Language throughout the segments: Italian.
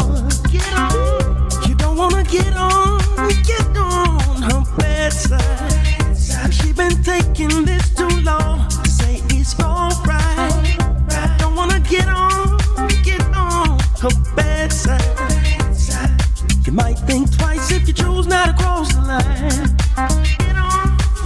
You don't wanna get on her bedside. She been taking this too long to say it's alright. Don't wanna get on her bedside. You might think twice if you choose not to cross the line. Get on.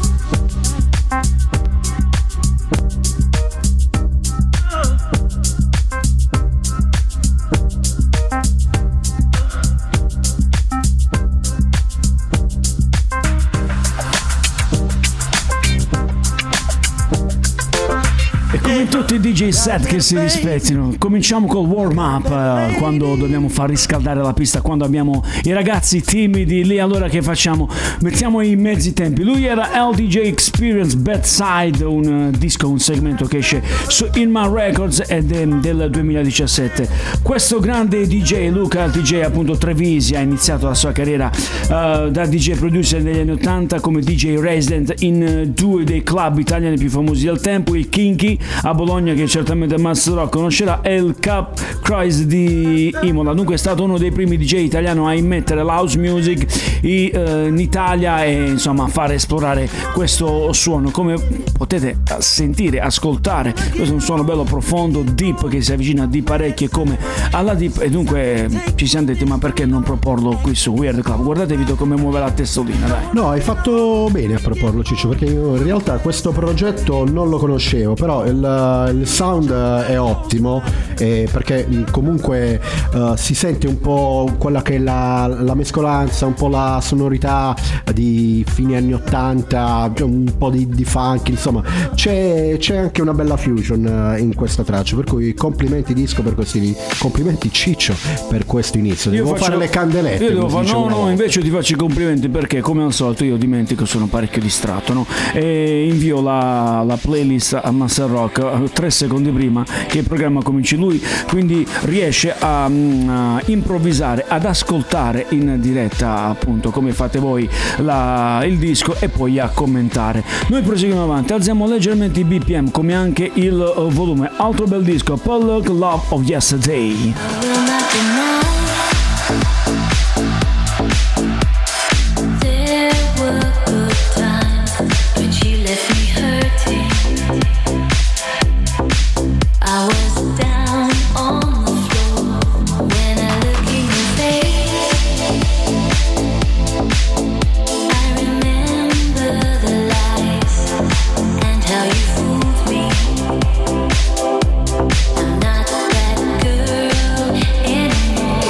Tutti i DJ set che si rispettino. Cominciamo col warm up, quando dobbiamo far riscaldare la pista, quando abbiamo i ragazzi timidi lì, allora che facciamo? Mettiamo i mezzi tempi. Lui era LDJ Experience Bedside, un disco, un segmento che esce su Inman Records ed è del 2017. Questo grande DJ, Luca DJ appunto Trevisi, ha iniziato la sua carriera da DJ producer negli anni 80 come DJ resident in due dei club italiani più famosi del tempo, il Kinky a Bologna, che certamente Master Rock conoscerà, e il Cup Cruise di Imola. Dunque è stato uno dei primi DJ italiano a immettere l'house music in Italia e insomma a fare esplorare questo suono. Come potete sentire, ascoltare, questo è un suono bello profondo, deep, che si avvicina di parecchio come alla deep, e dunque ci siamo detti ma perché non proporlo qui su Weird Club. Guardate Vito come muove la testolina, dai. No, hai fatto bene a proporlo, Ciccio, perché io in realtà questo progetto non lo conoscevo, però il sound è ottimo, perché comunque si sente un po' quella che è la mescolanza, un po' la sonorità di fine anni 80, un po' di funk, insomma c'è anche una bella fusion in questa traccia, per cui complimenti disco per questi, complimenti Ciccio per questo inizio. Devo fare le candelette. Io devo fare, no, invece ti faccio i complimenti perché come al solito io dimentico, sono parecchio distratto, no? E invio la playlist a Master Rock 3 secondi prima che il programma cominci. Lui quindi riesce a improvvisare, ad ascoltare in diretta appunto come fate voi il disco e poi a commentare. Noi proseguiamo avanti, alziamo leggermente i BPM come anche il volume. Altro bel disco, Pollock Love of Yesterday. I'm not that girl anymore.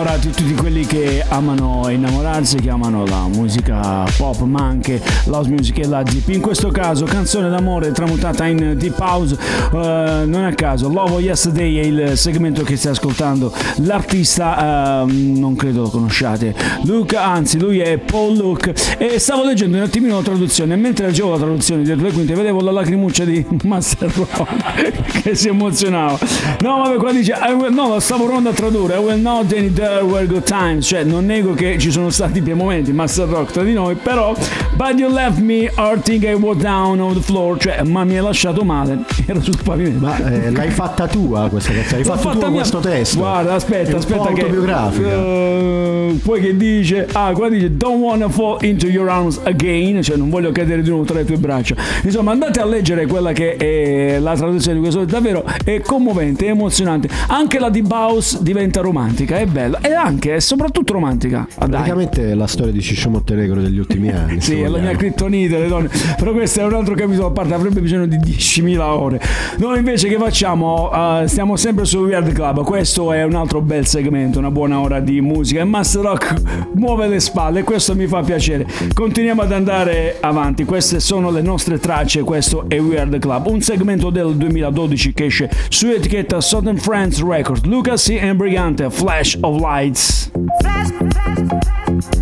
innamorati, tutti quelli che amano innamorarsi, che amano la musica pop, ma anche l'house music e la deep. In questo caso canzone d'amore tramutata in deep house, non a caso Love Yesterday è il segmento che stai ascoltando. L'artista non credo lo conosciate, Luke, anzi lui è Paul Luke, e stavo leggendo un attimino la traduzione e mentre leggevo la traduzione dietro le quinte vedevo la lacrimuccia di Master Rock che si emozionava. No vabbè, qua dice no, lo stavo provando a tradurre, I will not any there were good times, cioè non nego che ci sono stati bei momenti Master Rock tra di noi, però but you left me hurting, I was down on the floor, cioè ma mi hai lasciato male, ero sul pavimento. Ma l'hai fatta tua questa canzone? Hai fatto tu questo testo? Guarda, aspetta che autobiografica. Poi che dice qua dice don't wanna fall into your arms again, cioè non voglio cadere di nuovo tra le tue braccia. Insomma, andate a leggere quella che è la traduzione di questo, davvero è commovente, è emozionante. Anche la deep house diventa romantica, è bella e anche e soprattutto romantica. Praticamente è la storia di Ciccio Montenegro degli ultimi anni. Sì, è la mia criptonite, le donne. Però questo è un altro capitolo a parte, avrebbe bisogno di 10.000 ore. Noi invece che facciamo? Stiamo sempre su Weird Club. Questo è un altro bel segmento, una buona ora di musica. E Master Rock muove le spalle e questo mi fa piacere. Continuiamo ad andare avanti. Queste sono le nostre tracce. Questo è Weird Club, un segmento del 2012 che esce su etichetta Southern France Records. Luca C. and Brigante, Flash of Lights. Flash, flash, flash.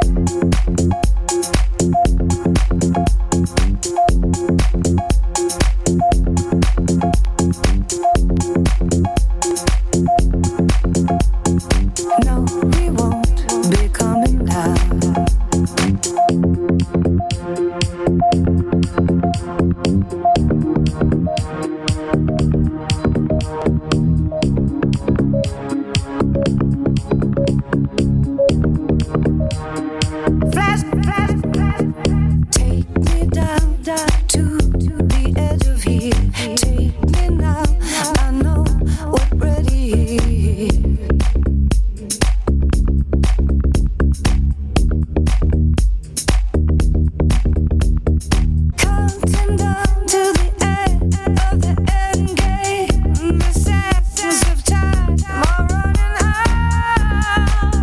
No, we won't be coming down. Flash, flash, flash. Take me down, down to the edge of here. Take me now, I know what ready is. Counting down to the end of the end game. The sands of time are running out.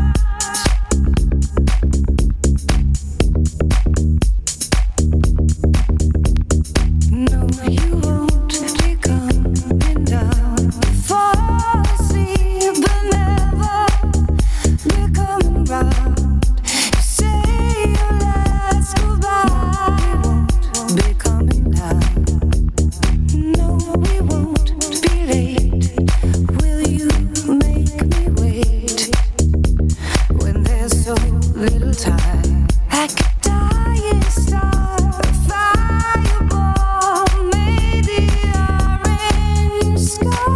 No, you won't be coming down. Fall asleep but never be coming round. You say your last goodbye. We won't be coming down. No, we won't be late. Will you make me wait when there's so little time? Like a dying star, a fireball, maybe orange sky.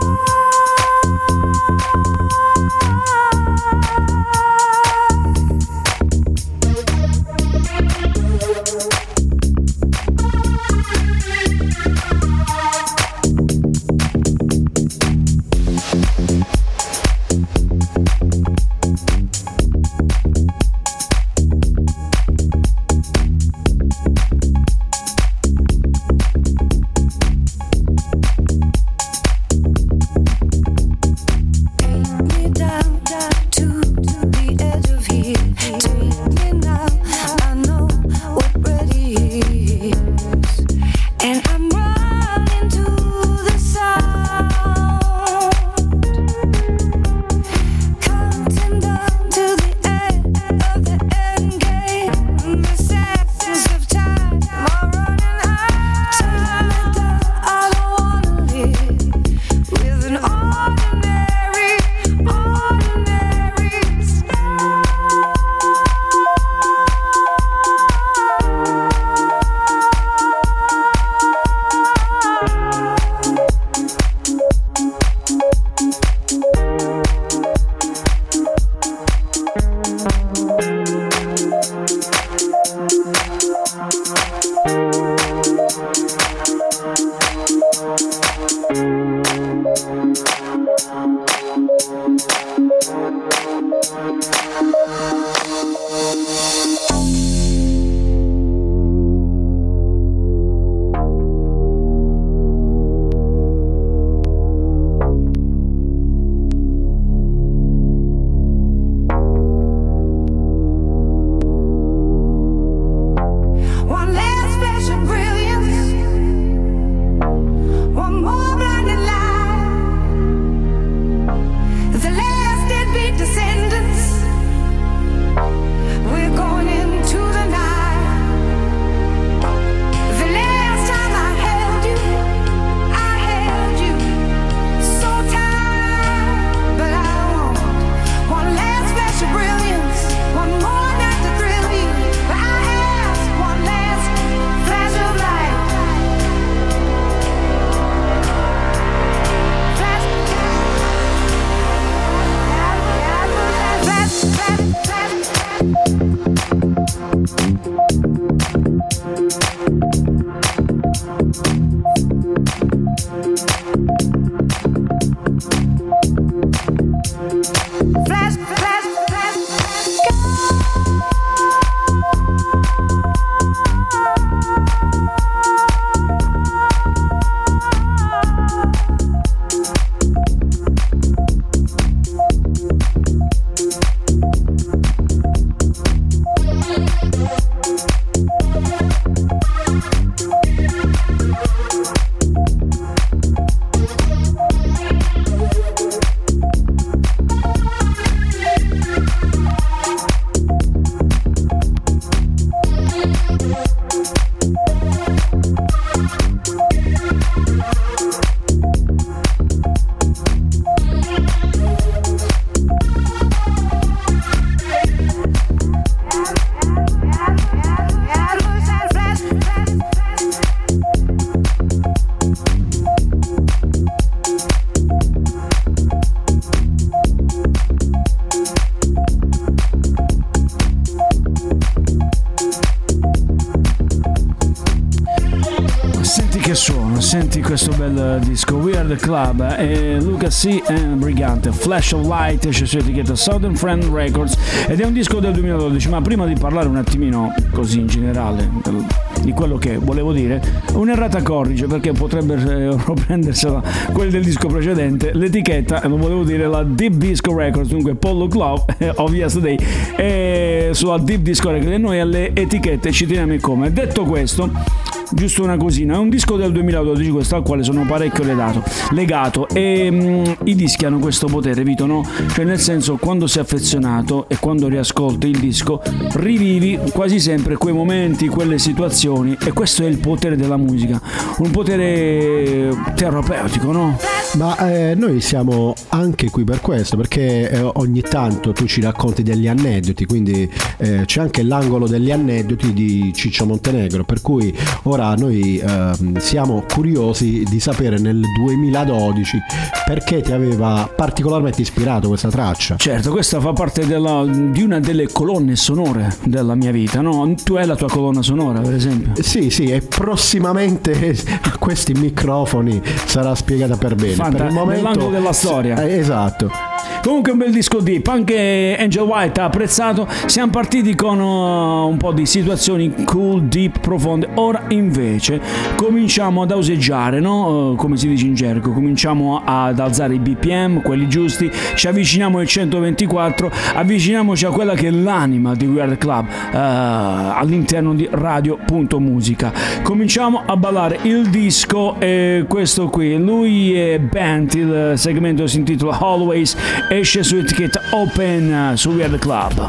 senti questo bel disco We Are The Club e Luca C. e Brigante. Flash of Light esce su etichetta Southern Friend Records ed è un disco del 2012. Ma prima di parlare un attimino così in generale di quello che volevo dire, un'errata corrige, perché potrebbe riprendersela quel del disco precedente. L'etichetta, lo volevo dire, la Deep Disco Records, dunque Pollo Club of Yesterday, e sulla Deep Disco Records, e noi alle etichette ci teniamo come. Detto questo, giusto una cosina, è un disco del 2012 questo, al quale sono parecchio legato e i dischi hanno questo potere, Vito, no? Cioè, nel senso, quando sei affezionato e quando riascolti il disco rivivi quasi sempre quei momenti, quelle situazioni, e questo è il potere della musica, un potere terapeutico, no? Ma noi siamo anche qui per questo, perché ogni tanto tu ci racconti degli aneddoti, quindi c'è anche l'angolo degli aneddoti di Ciccio Montenegro, per cui ora noi siamo curiosi di sapere nel 2012 perché ti aveva particolarmente ispirato questa traccia. Certo, questa fa parte di una delle colonne sonore della mia vita, no? Tu hai la tua colonna sonora, per esempio? Sì, e prossimamente a questi microfoni sarà spiegata per bene. Per il momento, nell'angolo della storia. Esatto. Comunque un bel disco deep, anche Angel White ha apprezzato. Siamo partiti con un po' di situazioni cool, deep, profonde. Ora invece cominciamo ad auseggiare, no? Come si dice in gergo, cominciamo ad alzare i BPM, quelli giusti, ci avviciniamo ai 124, avviciniamoci a quella che è l'anima di We Are The Club all'interno di Radio.Musica. Cominciamo a ballare il disco, e questo qui, lui è Bent, il segmento si intitola Always, esce su etichetta Open su We Are The Club.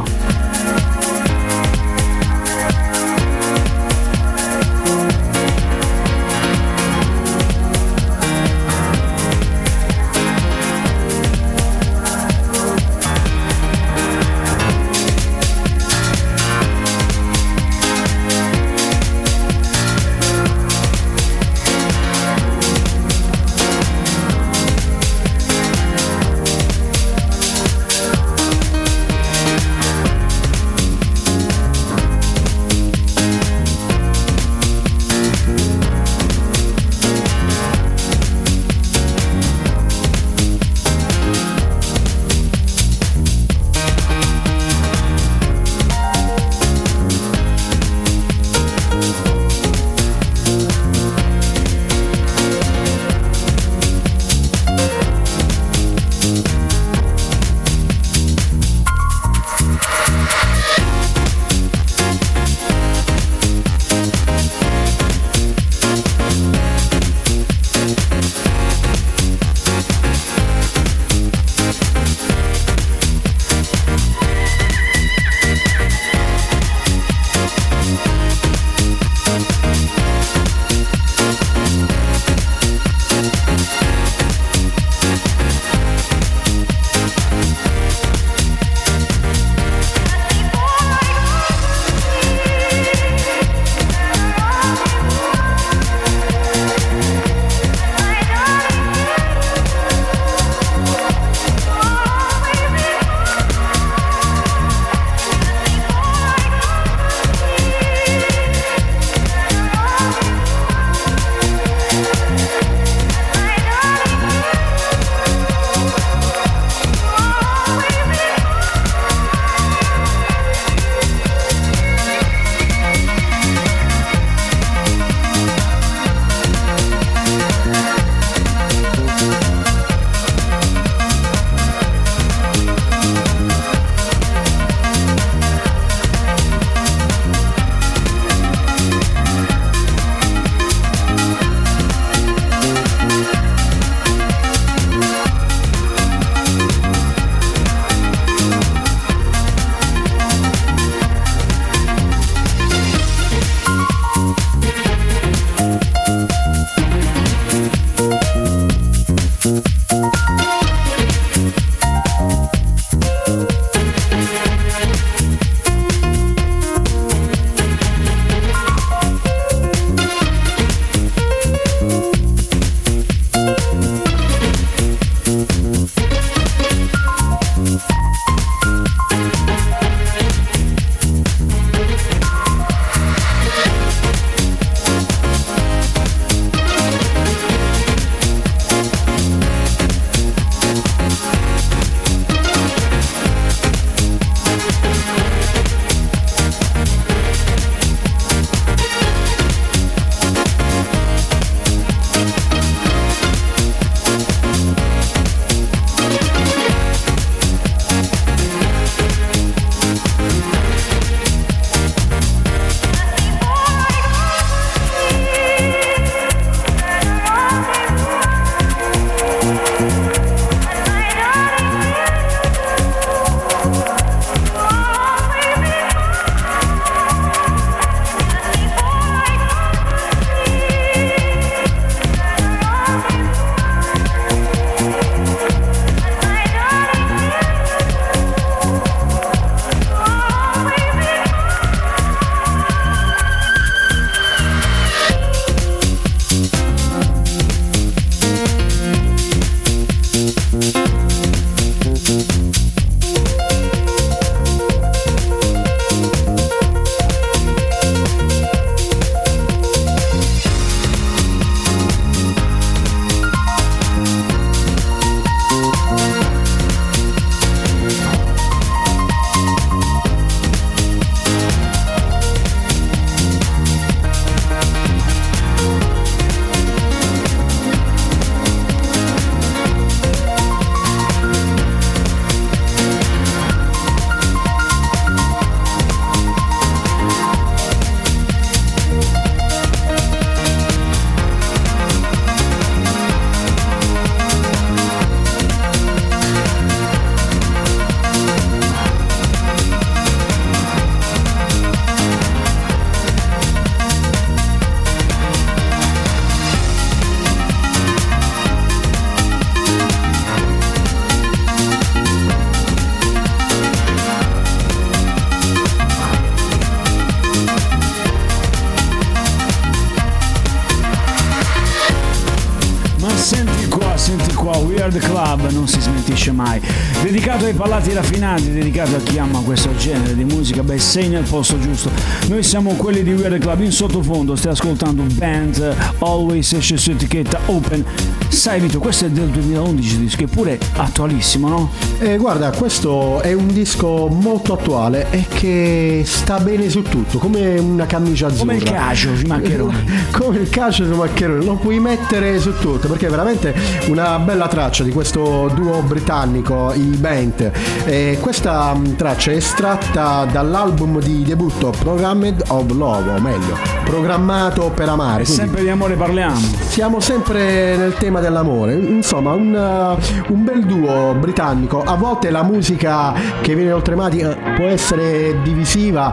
Weird Club, non si smentisce mai. Dedicato ai palati raffinati, dedicato a chi ama questo genere di musica, beh, sei nel posto giusto. Noi siamo quelli di Weird Club. In sottofondo stai ascoltando Band, Always, esce su etichetta Open. Sai Vito, questo è del 2011 disco, è pure attualissimo, no? Guarda, questo è un disco molto attuale e che sta bene su tutto, come una camicia azzurra. Come il calcio sui maccheroni. Come il calcio sui maccheroni, lo puoi mettere su tutto, perché è veramente una bella traccia di questo duo britannico, i Band. Questa traccia è estratta dall'album di debutto Programmed of Love, o meglio, Programmato per amare. E sempre di amore parliamo. Siamo sempre nel tema dell'amore, insomma un bel duo britannico. A volte la musica che viene oltremari può essere divisiva,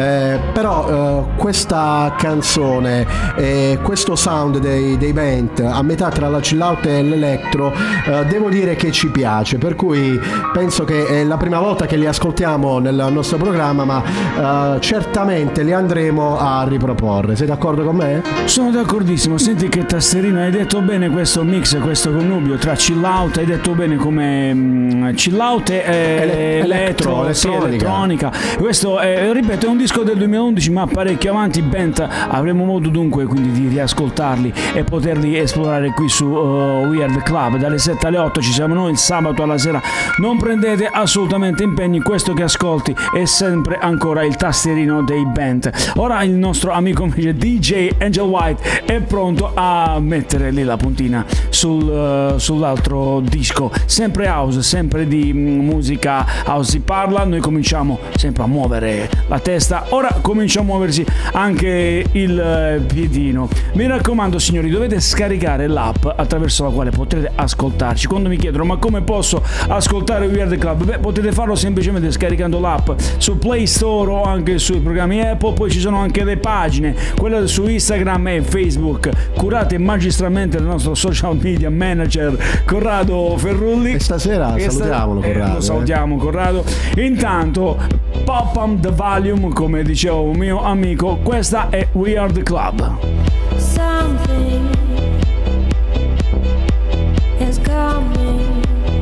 però questa canzone, questo sound dei Band a metà tra la chill out e l'electro, devo dire che ci piace, per cui penso che è la prima volta che li ascoltiamo nel nostro programma, ma certamente li andremo a riproporre. Sei d'accordo con me? Sono d'accordissimo. Senti che tasterino, hai detto bene questo mix, questo connubio tra chill out, hai detto bene come chill out e elettronica. Questo ripeto, è un disco del 2011 ma parecchio avanti. Band, avremo modo dunque quindi di riascoltarli e poterli esplorare qui su Weird Club dalle 7 alle 8. Ci siamo noi il sabato alla sera, non prendete assolutamente impegni, questo che ascolti è sempre ancora il tastierino dei Band. Ora il nostro amico DJ Angel White è pronto a mettere lì la puntina sull'altro disco, sempre house, sempre di musica house si parla. Noi cominciamo sempre a muovere la testa, ora comincia a muoversi anche il piedino. Mi raccomando signori, dovete scaricare l'app attraverso la quale potrete ascoltarci. Quando mi chiedono ma come posso ascoltare Weird Club, beh, potete farlo semplicemente scaricando l'app su Play Store o anche sui programmi Apple. Poi ci sono anche le pagine, quella su Instagram e Facebook, curate magistralmente dal nostro social media manager Corrado Ferrulli. E stasera salutiamolo Corrado. Lo salutiamo Corrado. Intanto pop on the volume, come diceva un mio amico, questa è Weird Club. Something is coming.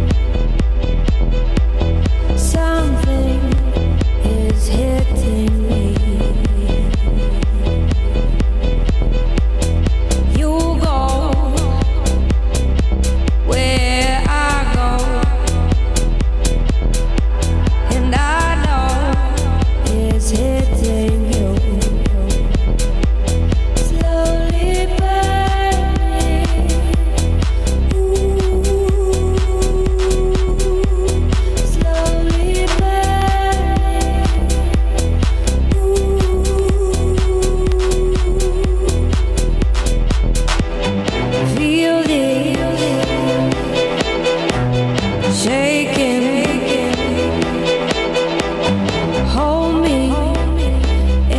Something is hitting me. You go where I go, and I know it's hitting you. Slowly burning. Ooh. Slowly burning. Ooh. Feel it shaking. Hold me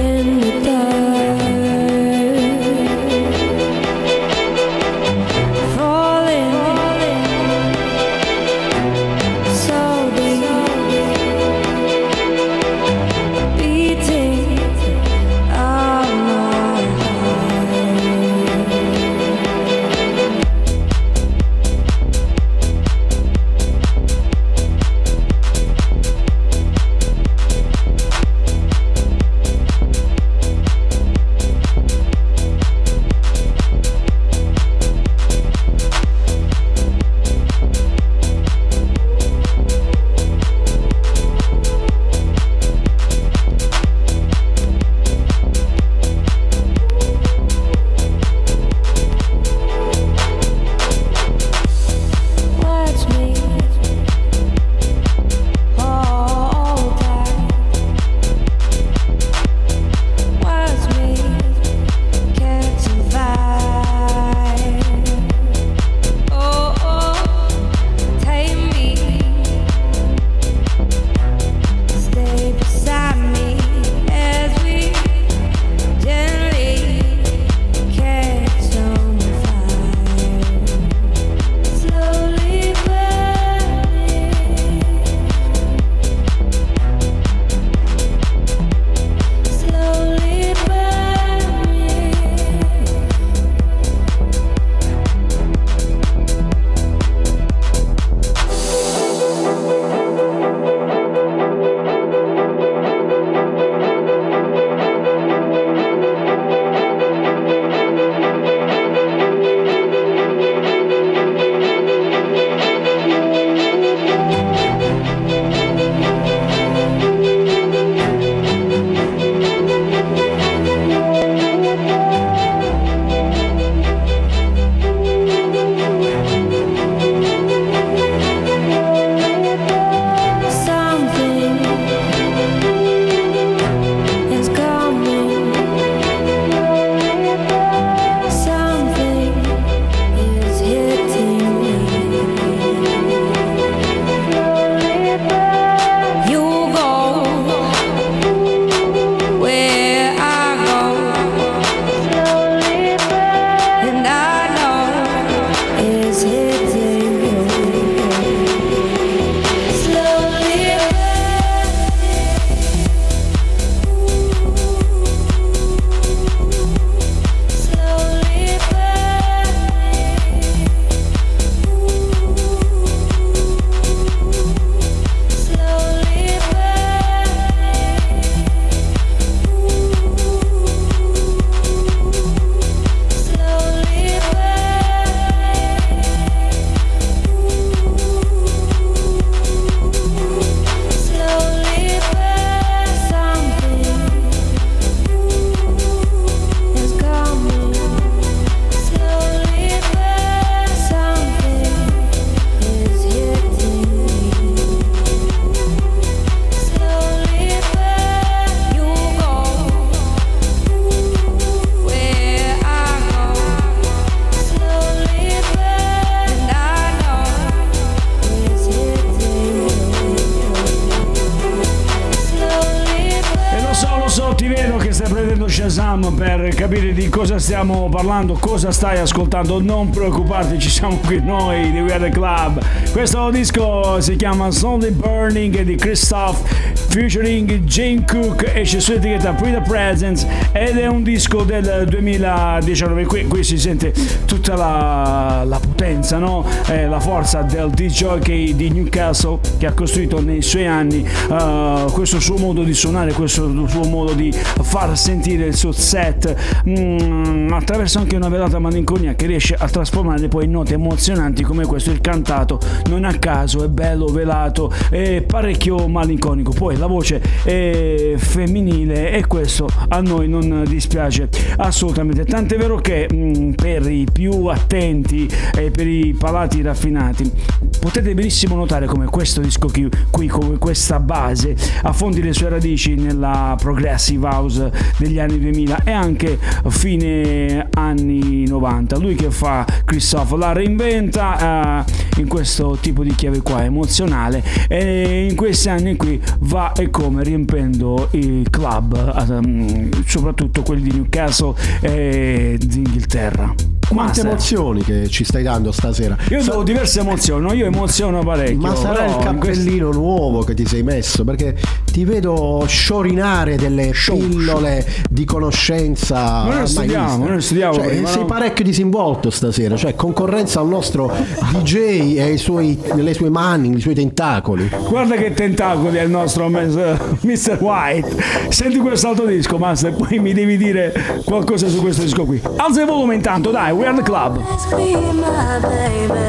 Lo so, ti vedo che stai prendendo Shazam per capire di cosa stiamo parlando, cosa stai ascoltando. Non preoccuparti, ci siamo qui noi di We Are The Club. Questo disco si chiama Slowly Burning di Christoph featuring Jane Cook, esce su etichetta Pre The Presence ed è un disco del 2019. Qui si sente tutta la potenza, no? La forza del DJ di Newcastle che ha costruito nei suoi anni questo suo modo di suonare, questo suo modo di far sentire il suo set attraverso anche una velata malinconia che riesce a trasformare poi in note emozionanti come questo. Il cantato non a caso è bello, velato e parecchio malinconico, poi la voce è femminile e questo a noi non dispiace assolutamente, tant'è vero che per i più attenti e per i palati raffinati potete benissimo notare come questo disco qui come questa base affondi le sue radici nella progressive house degli anni 2000 e anche fine anni 90. Lui che fa, Christoph, la reinventa in questo tipo di chiave qua emozionale e in questi anni qui va e come riempendo i club, soprattutto quelli di Newcastle e d'Inghilterra. Quante emozioni che ci stai dando stasera? Io ho diverse emozioni, no? Io emoziono parecchio. Ma sarà il cappellino nuovo che ti sei messo? Perché ti vedo sciorinare delle pillole di conoscenza. Noi studiamo cioè, prima, sei parecchio disinvolto stasera, cioè concorrenza al nostro DJ e le sue mani, i suoi tentacoli. Guarda che tentacoli è il nostro Mr. White. Senti quest'altro disco, Master, poi mi devi dire qualcosa su questo disco qui. Alza il volume intanto, dai, We Are The Club. Be my baby.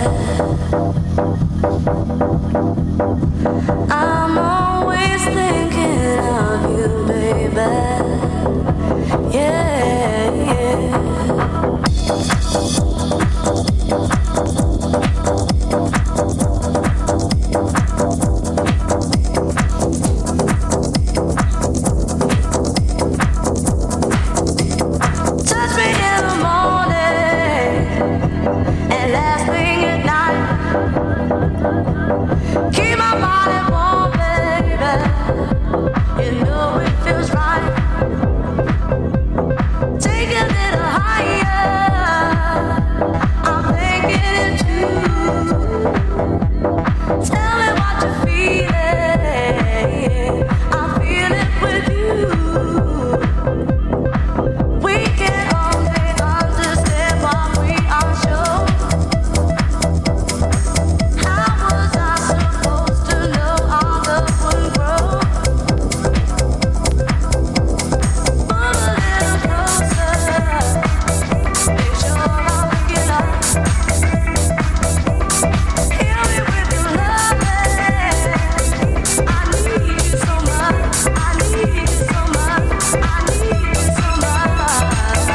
I'm always thinking of you, baby. Yeah, yeah. Touch me in the morning and last thing at night. Keep my body warm, baby. You know it feels right. Take it a little higher. I'm thinking it too. Tell me what you're feeling. I feel it with you. We can only understand what we are sure. How was I supposed to know our love would grow? Move a little closer. Make sure I'm looking up. Heal me with your loving. I need you so much. I need you so much. I need you so much.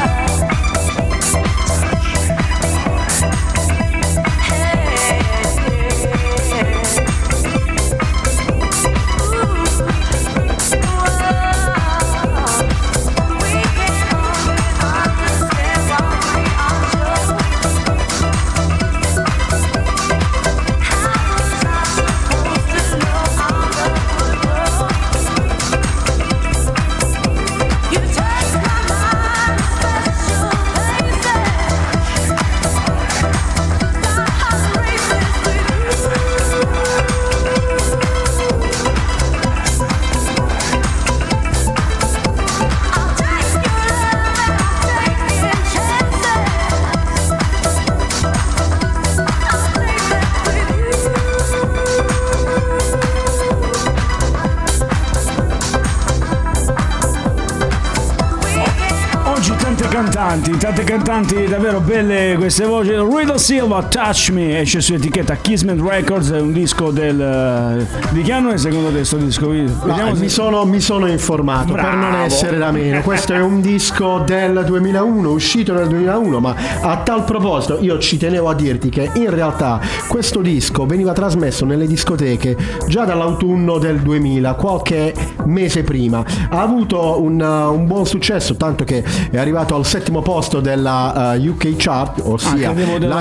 You touch my mind, special places. My heart races with you. I'll take your love and I'll take it chances. I'll play that with you. Oggi tante cantanti davvero belle queste voci. Rita Silva, Touch Me, esce su etichetta Kismet Records, è un disco di che anno è secondo te sto disco? Vediamo mi sono informato. Bravo. Per non essere da meno. Questo è un disco del 2001, uscito nel 2001, ma a tal proposito io ci tenevo a dirti che in realtà questo disco veniva trasmesso nelle discoteche già dall'autunno del 2000, qualche mese prima. Ha avuto un buon successo, tanto che è arrivato al settimo posto della UK Chart, ossia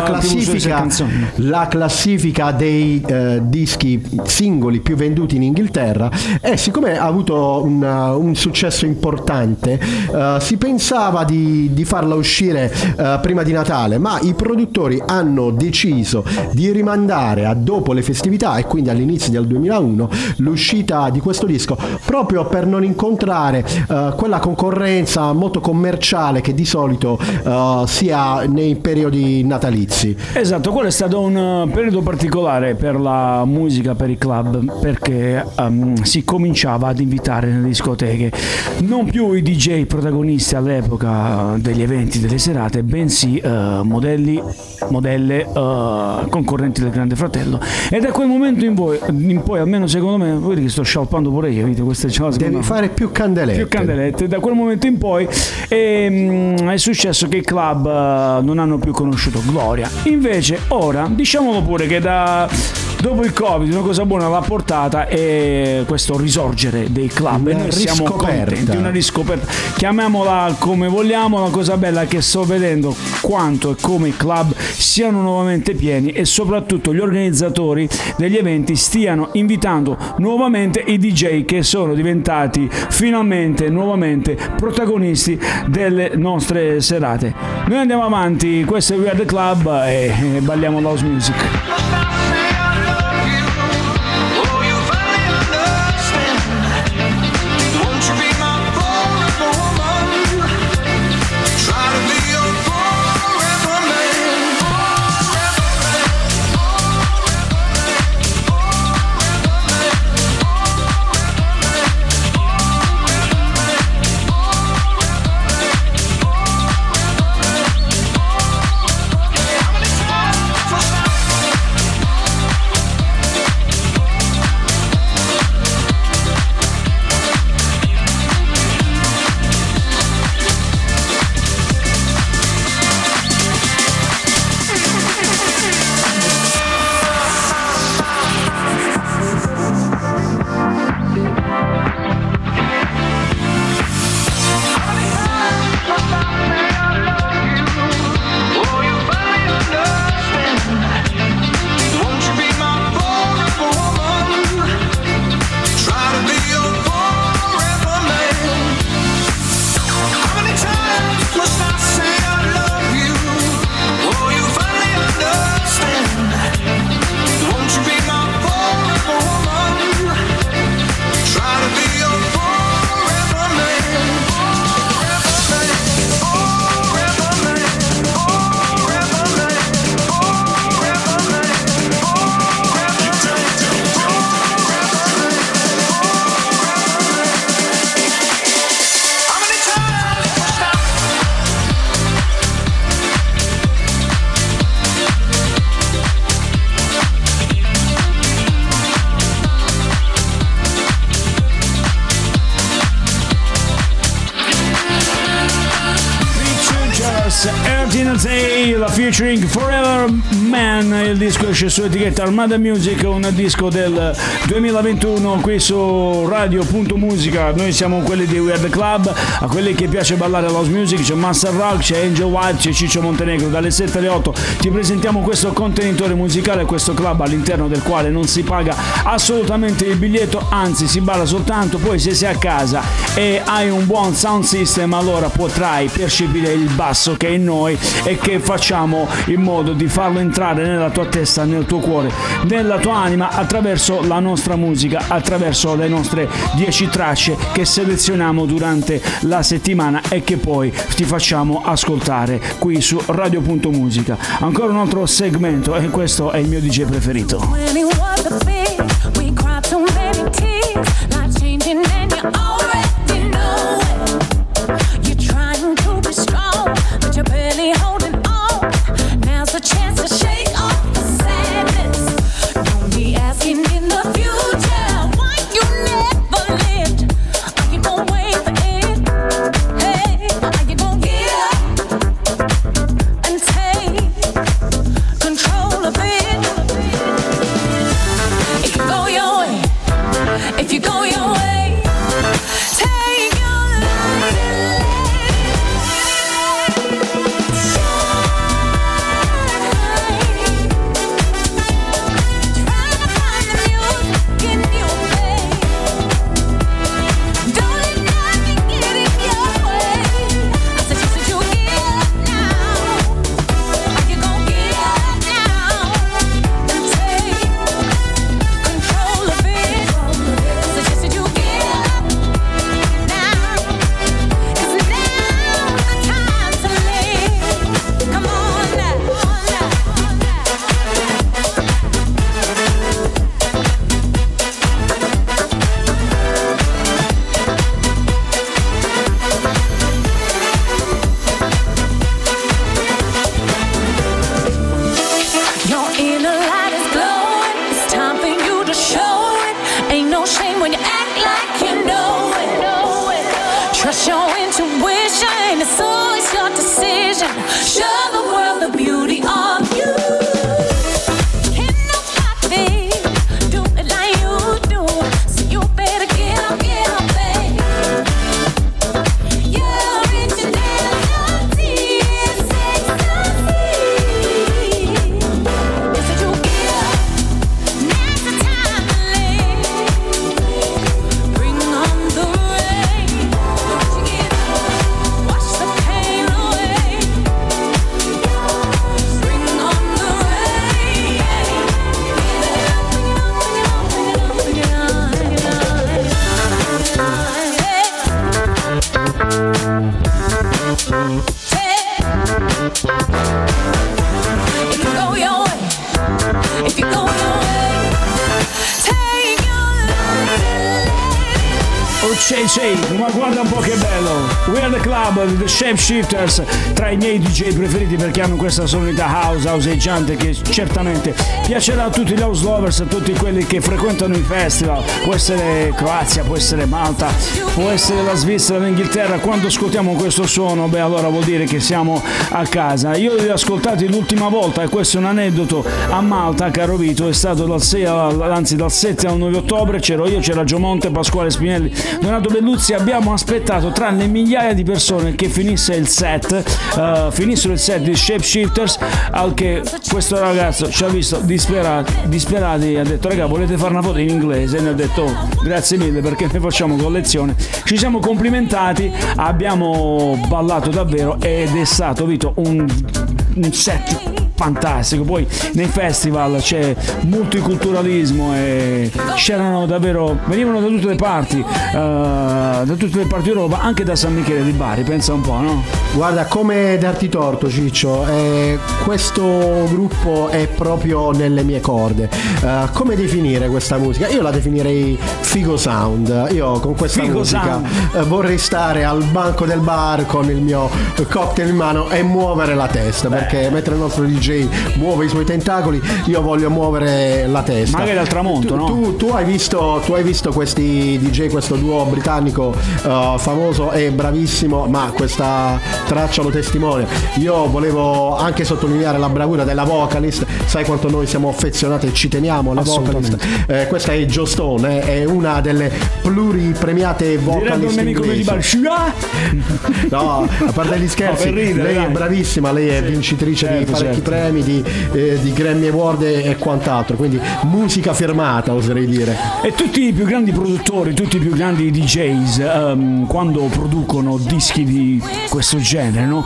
la classifica dei dischi singoli più venduti in Inghilterra. E siccome ha avuto un successo importante, si pensava di farla uscire prima di Natale, ma i produttori hanno deciso di rimandare a dopo le festività, e quindi all'inizio del 2001, l'uscita di questo disco, proprio per non incontrare quella concorrenza molto commerciale che di solito si ha nei periodi natalizi. Esatto, quello è stato un periodo particolare per la musica, per i club, perché si cominciava ad invitare nelle discoteche non più i DJ protagonisti all'epoca degli eventi, delle serate, bensì modelle concorrenti del Grande Fratello. E da quel momento in poi, almeno secondo me, vedi che sto scialpando pure io, capite queste cose, devi fare più candelette. Da quel momento in poi è successo che i club non hanno più conosciuto gloria. Invece ora, diciamolo pure, che dopo il Covid una cosa buona l'ha portata è questo risorgere dei club, e noi siamo contenti, una riscoperta, chiamiamola come vogliamo. La cosa bella è che sto vedendo quanto e come i club siano nuovamente pieni, e soprattutto gli organizzatori degli eventi stiano invitando nuovamente i DJ che sono diventati finalmente nuovamente protagonisti delle nostre serate. Noi andiamo avanti, questo è We Are The Club e balliamo house music. Featuring Forever Man, il disco esce su etichetta Armada Music, un disco del 2021 qui su Radio.Musica. Noi siamo quelli di We Are The Club. A quelli che piace ballare house music c'è Master Rock, c'è Angel White, c'è Ciccio Montenegro. Dalle 7 alle 8 ti presentiamo questo contenitore musicale, questo club all'interno del quale non si paga assolutamente il biglietto, anzi si balla soltanto. Poi se sei a casa e hai un buon sound system, allora potrai percepire il basso che è in noi e che facciamo in modo di farlo entrare nella tua testa, nel tuo cuore, nella tua anima, attraverso la nostra musica, attraverso le nostre 10 tracce che selezioniamo durante la settimana e che poi ti facciamo ascoltare qui su Radio.Musica. Ancora un altro segmento, e questo è il mio DJ preferito. If you go DJ, ma guarda un po' che bello. We are the club, the Shapeshifters, tra i miei DJ preferiti perché hanno questa sonorità houseeggiante che certamente piacerà a tutti gli house lovers, a tutti quelli che frequentano i festival. Può essere Croazia, può essere Malta, può essere la Svizzera, l'Inghilterra. Quando ascoltiamo questo suono, beh, allora vuol dire che siamo a casa. Io li ho ascoltati l'ultima volta, e questo è un aneddoto, a Malta, caro Vito, è stato dal 7 al 9 ottobre, c'ero io, c'era Giomonte, Pasquale Spinelli, Donato Belluzzi. Abbiamo aspettato tra le migliaia di persone che finissero il set di Shapeshifters, al che questo ragazzo ci ha visto disperati, ha detto: raga, volete fare una foto in inglese? E ne ho detto: oh, grazie mille, perché ne facciamo collezione. Ci siamo complimentati, abbiamo ballato davvero ed è stato, Vito, un set fantastico. Poi nei festival c'è multiculturalismo e venivano da tutte le parti d'Europa, anche da San Michele di Bari, pensa un po', no? Guarda, come darti torto, Ciccio, questo gruppo è proprio nelle mie corde. Come definire questa musica? Io la definirei figo sound. Io con questa musica vorrei stare al banco del bar con il mio cocktail in mano e muovere la testa, perché mentre il nostro DJ muove i suoi tentacoli, io voglio muovere la testa. Magari al tramonto, no? Tu hai visto questi DJ, questo duo britannico famoso e bravissimo, ma questa traccia lo testimonia. Io volevo anche sottolineare la bravura della vocalist. Sai quanto noi siamo affezionati e ci teniamo alla vocalist. Questa è Jo Stone, è una delle pluripremiate vocalist inglesi. No, a parte gli scherzi, lei è bravissima, lei è vincitrice di parecchi premi, di Grammy Award e quant'altro, quindi musica firmata, oserei dire. E tutti i più grandi produttori, tutti i più grandi DJs, quando producono dischi di questo genere, no?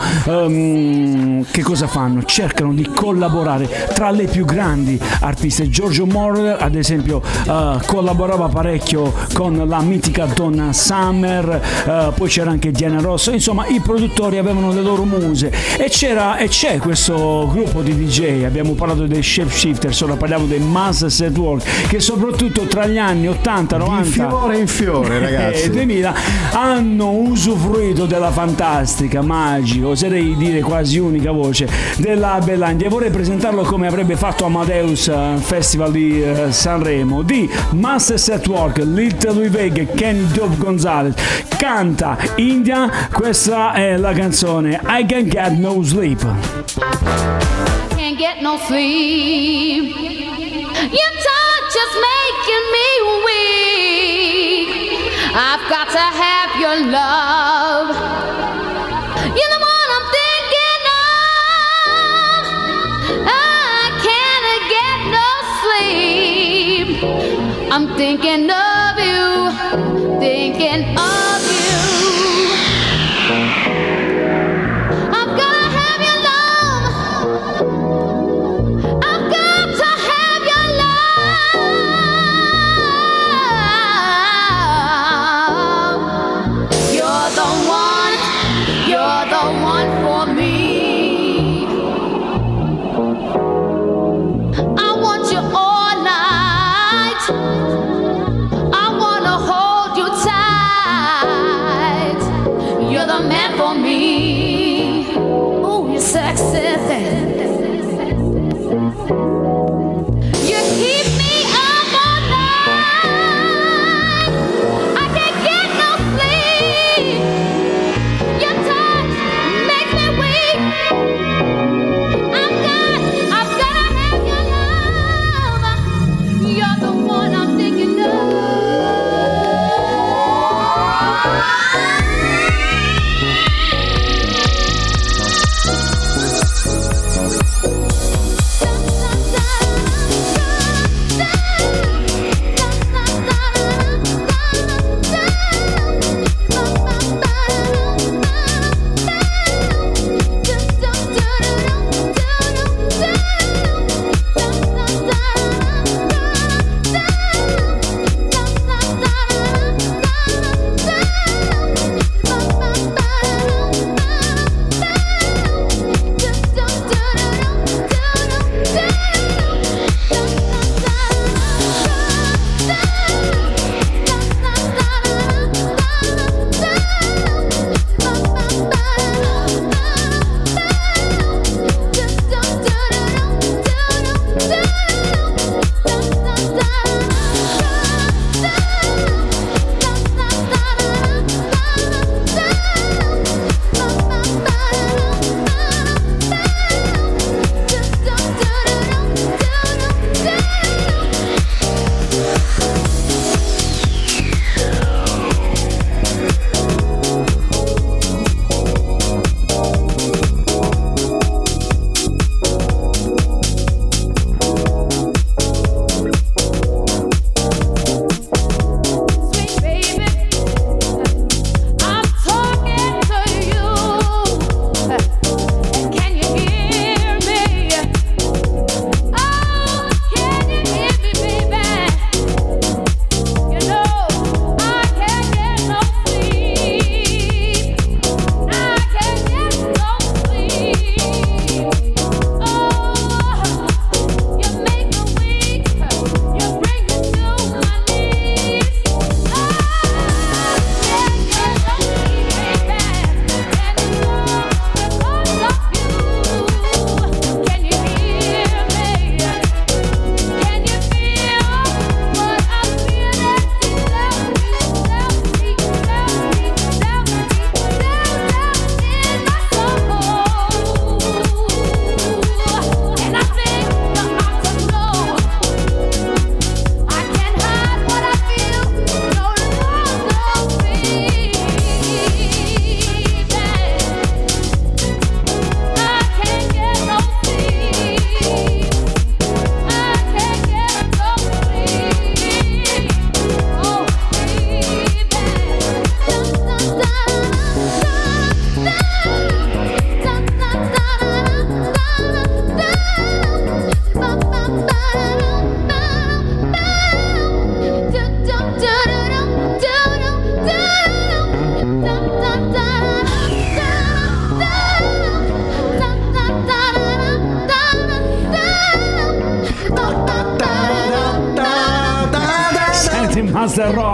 Che cosa fanno? Cercano di collaborare tra le più grandi artiste. Giorgio Moroder, ad esempio, collaborava parecchio con la mitica Donna Summer, poi c'era anche Diana Rosso. Insomma, i produttori avevano le loro muse e c'è questo gruppo di DJ. Abbiamo parlato dei Shapeshifters, ora parliamo dei Masters at Work, che soprattutto tra gli anni 80, 90 di fiore in fiore, ragazzi, e 2000 hanno usufruito della fantastica, magica, oserei dire quasi unica voce della Bellandia. Vorrei presentarlo come avrebbe fatto Amadeus Festival di Sanremo, di Masters at Work, Little Louis Vega e Kenny Dove Gonzalez. Canta India, questa è la canzone I Can't Get No Sleep. Can't get no sleep. Your touch is making me weak. I've got to have your love. You're the one I'm thinking of. I can't get no sleep. I'm thinking of you, thinking of you.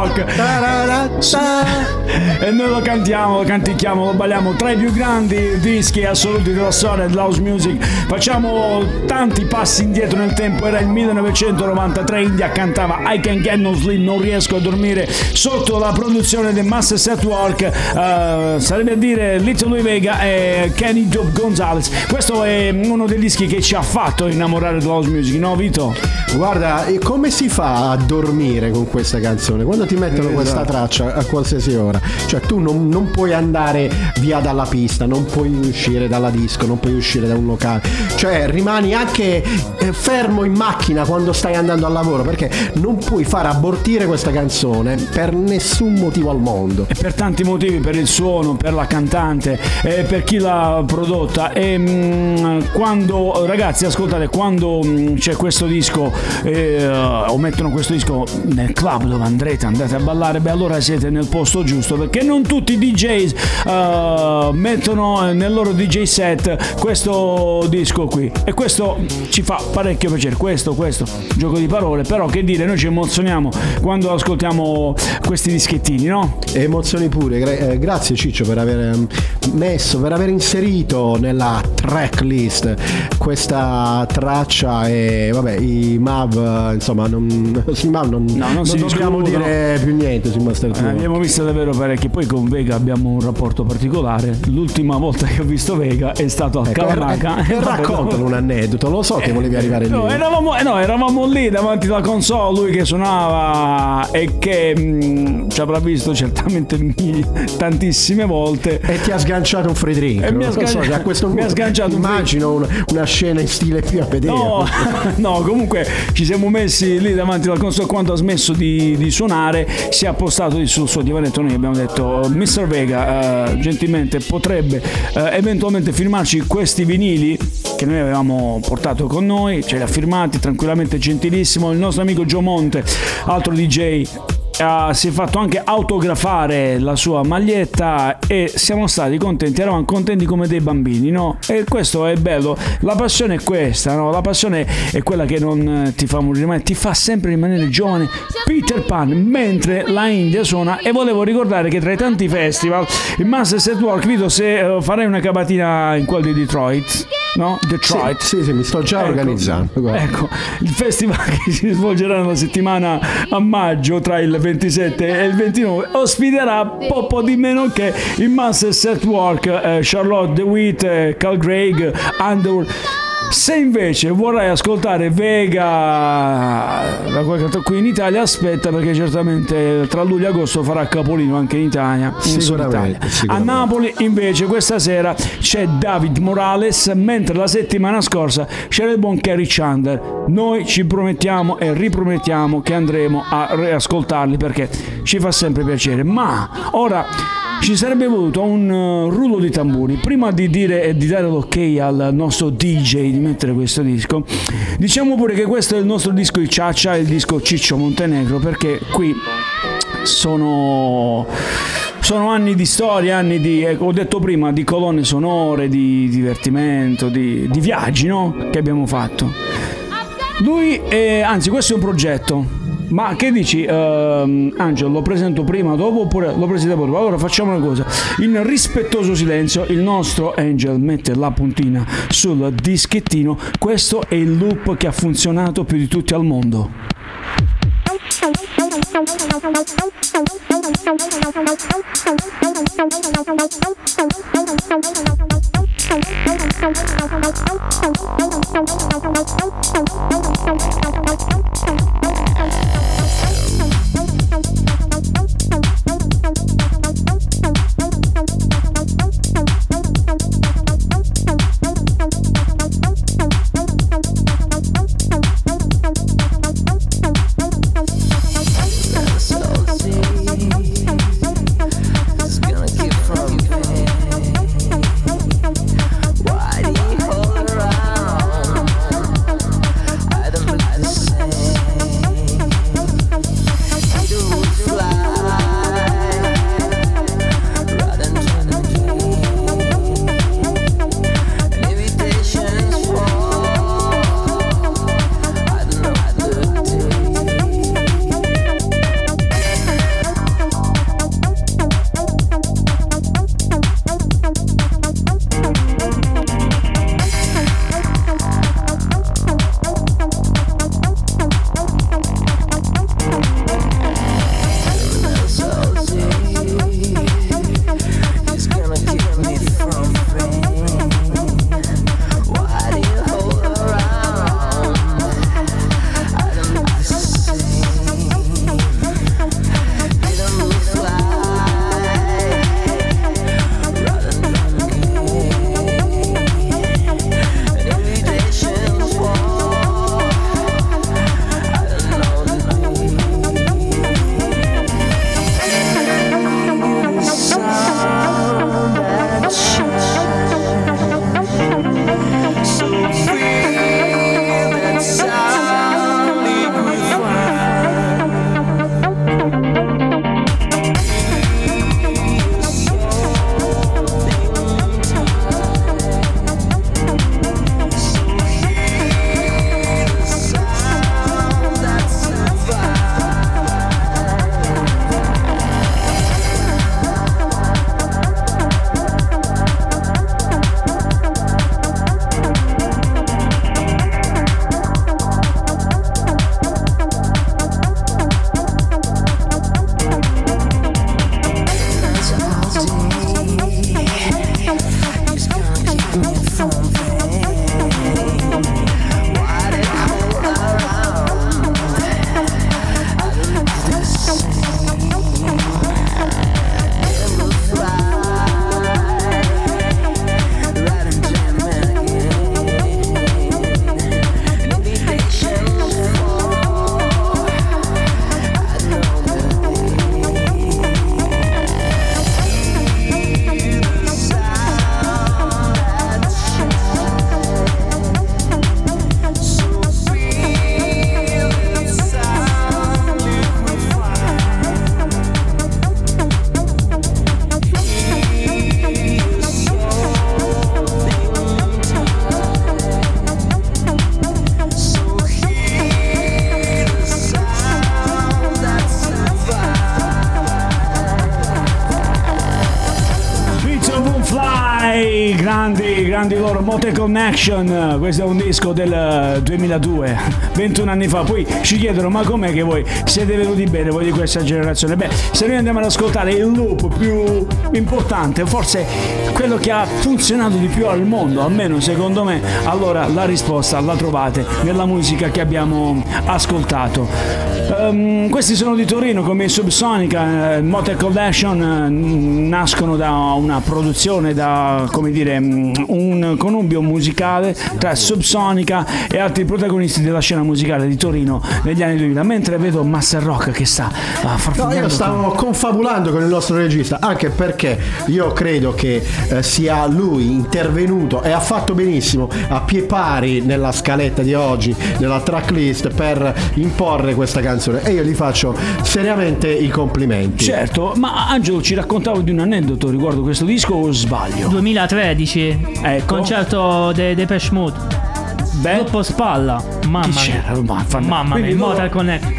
Rock. E noi lo cantiamo, lo canticchiamo, lo balliamo, tra i più grandi dischi assoluti della storia dell'house music. Facciamo tanti passi indietro nel tempo. Era il 1993, India cantava I Can't Get No Sleep, non riesco a dormire, sotto la produzione del Master Set Work, sarebbe a dire Little Louis Vega e Kenny Dope Gonzalez. Questo è uno dei dischi che ci ha fatto innamorare dell'house music, no Vito? Guarda, come si fa a dormire con questa canzone? Quando ti mettono questa traccia a qualsiasi ora, cioè tu non puoi andare via dalla pista, non puoi uscire dalla disco, non puoi uscire da un locale, cioè rimani anche fermo in macchina quando stai andando al lavoro, perché non puoi far abortire questa canzone per nessun motivo al mondo. E per tanti motivi, per il suono, per la cantante, per chi l'ha prodotta. E quando, ragazzi, ascoltate, quando c'è questo disco o mettono questo disco nel club dove andate a ballare, beh, allora siete nel posto giusto, perché non tutti i DJs mettono nel loro DJ set questo disco qui, e questo ci fa parecchio piacere. Questo gioco di parole, però che dire, noi ci emozioniamo quando ascoltiamo questi dischettini, no? Emozioni pure. Grazie Ciccio per aver inserito nella tracklist questa traccia. E vabbè, i MAV, insomma, non dobbiamo dire più niente sui Master Tour. Abbiamo visto davvero parecchi. Poi con Vega abbiamo un rapporto particolare. L'ultima volta che ho visto Vega è stato a Cavarnaca. Raccontano un aneddoto, lo so che volevi arrivare lì. Eravamo lì davanti alla console, lui che suonava e che ci avrà visto certamente tantissime volte. E ti ha sganciato un free drink. E mi ha sganciato immagino una scena in stile più a vedere. No, comunque ci siamo messi lì davanti alla console. Quando ha smesso di suonare, si è appostato sul suo divanetto. Noi abbiamo detto: Mr. Vega, gentilmente potrebbe eventualmente firmarci questi vinili che noi avevamo portato con noi. Ce li ha firmati tranquillamente, gentilissimo. Il nostro amico Joe Monte, altro DJ, si è fatto anche autografare la sua maglietta e siamo stati contenti, eravamo contenti come dei bambini, no? E questo è bello, la passione è questa, no? La passione è quella che non ti fa morire mai, ti fa sempre rimanere giovane. Peter Pan mentre la India suona. E volevo ricordare che tra i tanti festival, il Master Set Work, Vito, se farei una capatina in quel di Detroit, no? Detroit. Sì, mi sto già organizzando. Guarda. Ecco, il festival che si svolgerà nella settimana a maggio tra il 27 e il 29 ospiterà poco di meno che il Master Set Work, Charlotte DeWitt, Cal Craig, Underwood. Se invece vorrai ascoltare Vega da qui in Italia, aspetta, perché certamente tra luglio e agosto farà capolino anche in Italia. Sicuramente. A Napoli invece questa sera c'è David Morales, mentre la settimana scorsa c'era il buon Kerry Chandler. Noi ci promettiamo e ripromettiamo che andremo a riascoltarli perché ci fa sempre piacere. Ma ora ci sarebbe voluto un rullo di tamburi prima di dire e di dare l'ok al nostro DJ di mettere questo disco. Diciamo pure che questo è il nostro disco di Ciaccia, il disco Ciccio Montenegro, perché qui sono anni di storia, anni di, ho detto prima, di colonne sonore, di divertimento, di viaggi, no? Che abbiamo fatto. Lui anzi, questo è un progetto. Ma che dici, Angelo, lo presento prima, dopo, oppure lo presento dopo? Allora facciamo una cosa, in rispettoso silenzio il nostro Angel mette la puntina sul dischettino. Questo è il loop che ha funzionato più di tutti al mondo. It's gonna keep from pain. Dai, grandi loro, Mote Connection, questo è un disco del 2002, 21 anni fa. Poi ci chiedono: ma com'è che voi siete venuti bene, voi di questa generazione? Beh, se noi andiamo ad ascoltare il loop più importante, forse quello che ha funzionato di più al mondo, almeno secondo me, allora la risposta la trovate nella musica che abbiamo ascoltato. Questi sono di Torino come Subsonica. Mote Collection nascono da una produzione, da come dire un connubio musicale tra Subsonica e altri protagonisti della scena musicale di Torino negli anni 2000, mentre vedo Master Rock che sta No, io stavo confabulando con il nostro regista, anche perché io credo che sia lui intervenuto e ha fatto benissimo a pie pari nella scaletta di oggi, nella tracklist, per imporre questa canzone, e io gli faccio seriamente i complimenti. Certo, ma Angelo ci raccontavo di un aneddoto riguardo questo disco, o sbaglio? 2013, Ecco. concerto dei Depeche Mode. Beh, Gruppo Spalla, mamma chi mia. c'era? Mamma mia, Quindi loro- Motor Connect.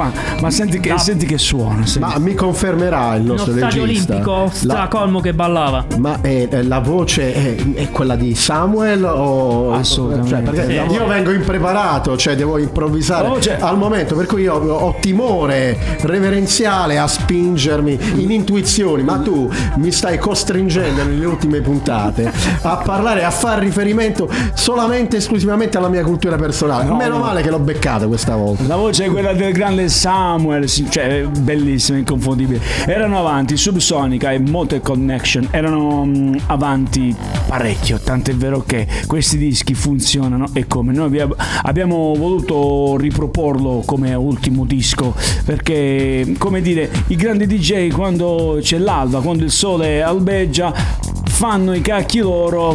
ma senti che suono. Senti. Ma mi confermerà il Uno nostro stadio regista? olimpico stracolmo che ballava. Ma la voce è quella di Samuel o Assolutamente. Cioè, perché Sì. io vengo impreparato, cioè devo improvvisare Voce. al momento, per cui io ho timore reverenziale a spingermi in intuizioni, ma tu mi stai costringendo nelle ultime puntate a parlare, a far riferimento solamente esclusivamente alla mia cultura personale. Meno male che l'ho beccata questa volta. La voce è quella del grande Samuel, cioè bellissima, inconfondibile. Erano avanti Subsonica e Mote Connection, erano avanti parecchio, tant'è vero che questi dischi funzionano, e come noi abbiamo voluto riproporlo come ultimo disco, perché come dire, i grandi DJ, quando c'è l'alba, quando il sole albeggia, fanno i cacchi loro,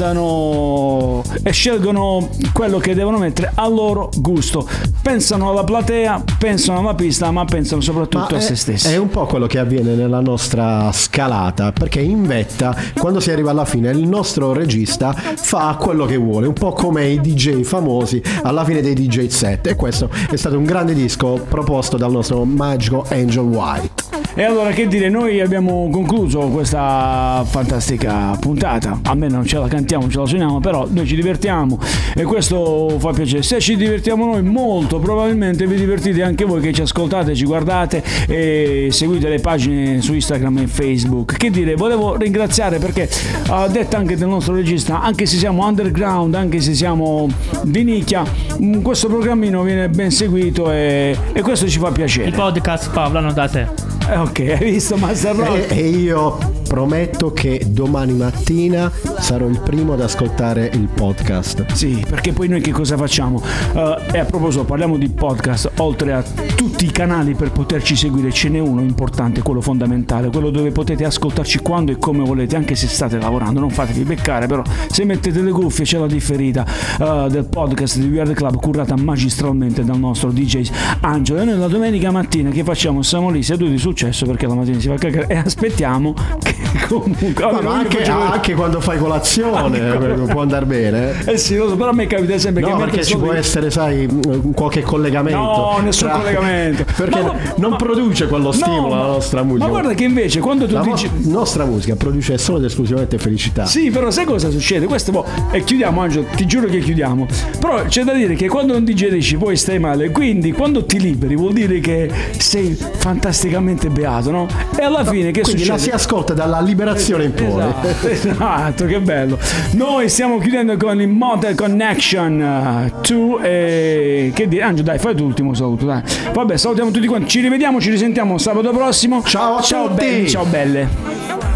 mandano e scelgono quello che devono mettere a loro gusto. Pensano alla platea, pensano alla pista, ma pensano soprattutto a se stessi. È un po' quello che avviene nella nostra scalata, perché in vetta, quando si arriva alla fine, il nostro regista fa quello che vuole, un po' come i DJ famosi alla fine dei DJ set, e questo è stato un grande disco proposto dal nostro magico Angel White. E allora, che dire, noi abbiamo concluso questa fantastica puntata. A me non ce la cantiamo, ce la suoniamo, però noi ci divertiamo e questo fa piacere. Se ci divertiamo noi, molto probabilmente vi divertite anche voi che ci ascoltate, ci guardate e seguite le pagine su Instagram e Facebook. Che dire, volevo ringraziare, perché a detta anche del nostro regista, anche se siamo underground, anche se siamo di nicchia, questo programmino viene ben seguito e questo ci fa piacere. I podcast parlano da sé. Ok, hai visto Master Rock? E io prometto che domani mattina sarò il primo ad ascoltare il podcast. Sì, perché poi noi che cosa facciamo? E a proposito, parliamo di podcast, oltre a tutti i canali per poterci seguire, ce n'è uno importante, quello fondamentale, quello dove potete ascoltarci quando e come volete, anche se state lavorando. Non fatevi beccare, però se mettete le cuffie c'è la differita del podcast di We Are The Club, curata magistralmente dal nostro DJ Angelo. E noi la domenica mattina che facciamo? Siamo lì seduti di successo, perché la mattina si fa cagare, e aspettiamo che comunque anche quando fai colazione può andare bene. sì, lo so, però a me capita sempre No, che perché ci può essere, sai, qualche collegamento. No, nessun collegamento. Perché non produce quello stimolo la nostra musica. Ma guarda che invece quando tu dici nostra musica produce solo ed esclusivamente felicità. sì, però sai cosa succede? Questo e chiudiamo, Angelo, ti giuro che chiudiamo. Però c'è da dire che quando un DJ dici poi stai male, quindi quando ti liberi vuol dire che sei fantasticamente beato, no? E alla fine che Quindi succede? la si ascolta dalla liberazione in poi. Esatto, che bello. Noi stiamo chiudendo con il Motor Connection 2 e che dire, Angelo, dai, fai tu l'ultimo saluto, dai. Vabbè, salutiamo tutti quanti, ci rivediamo, ci risentiamo sabato prossimo. Ciao a tutti. Ciao belle.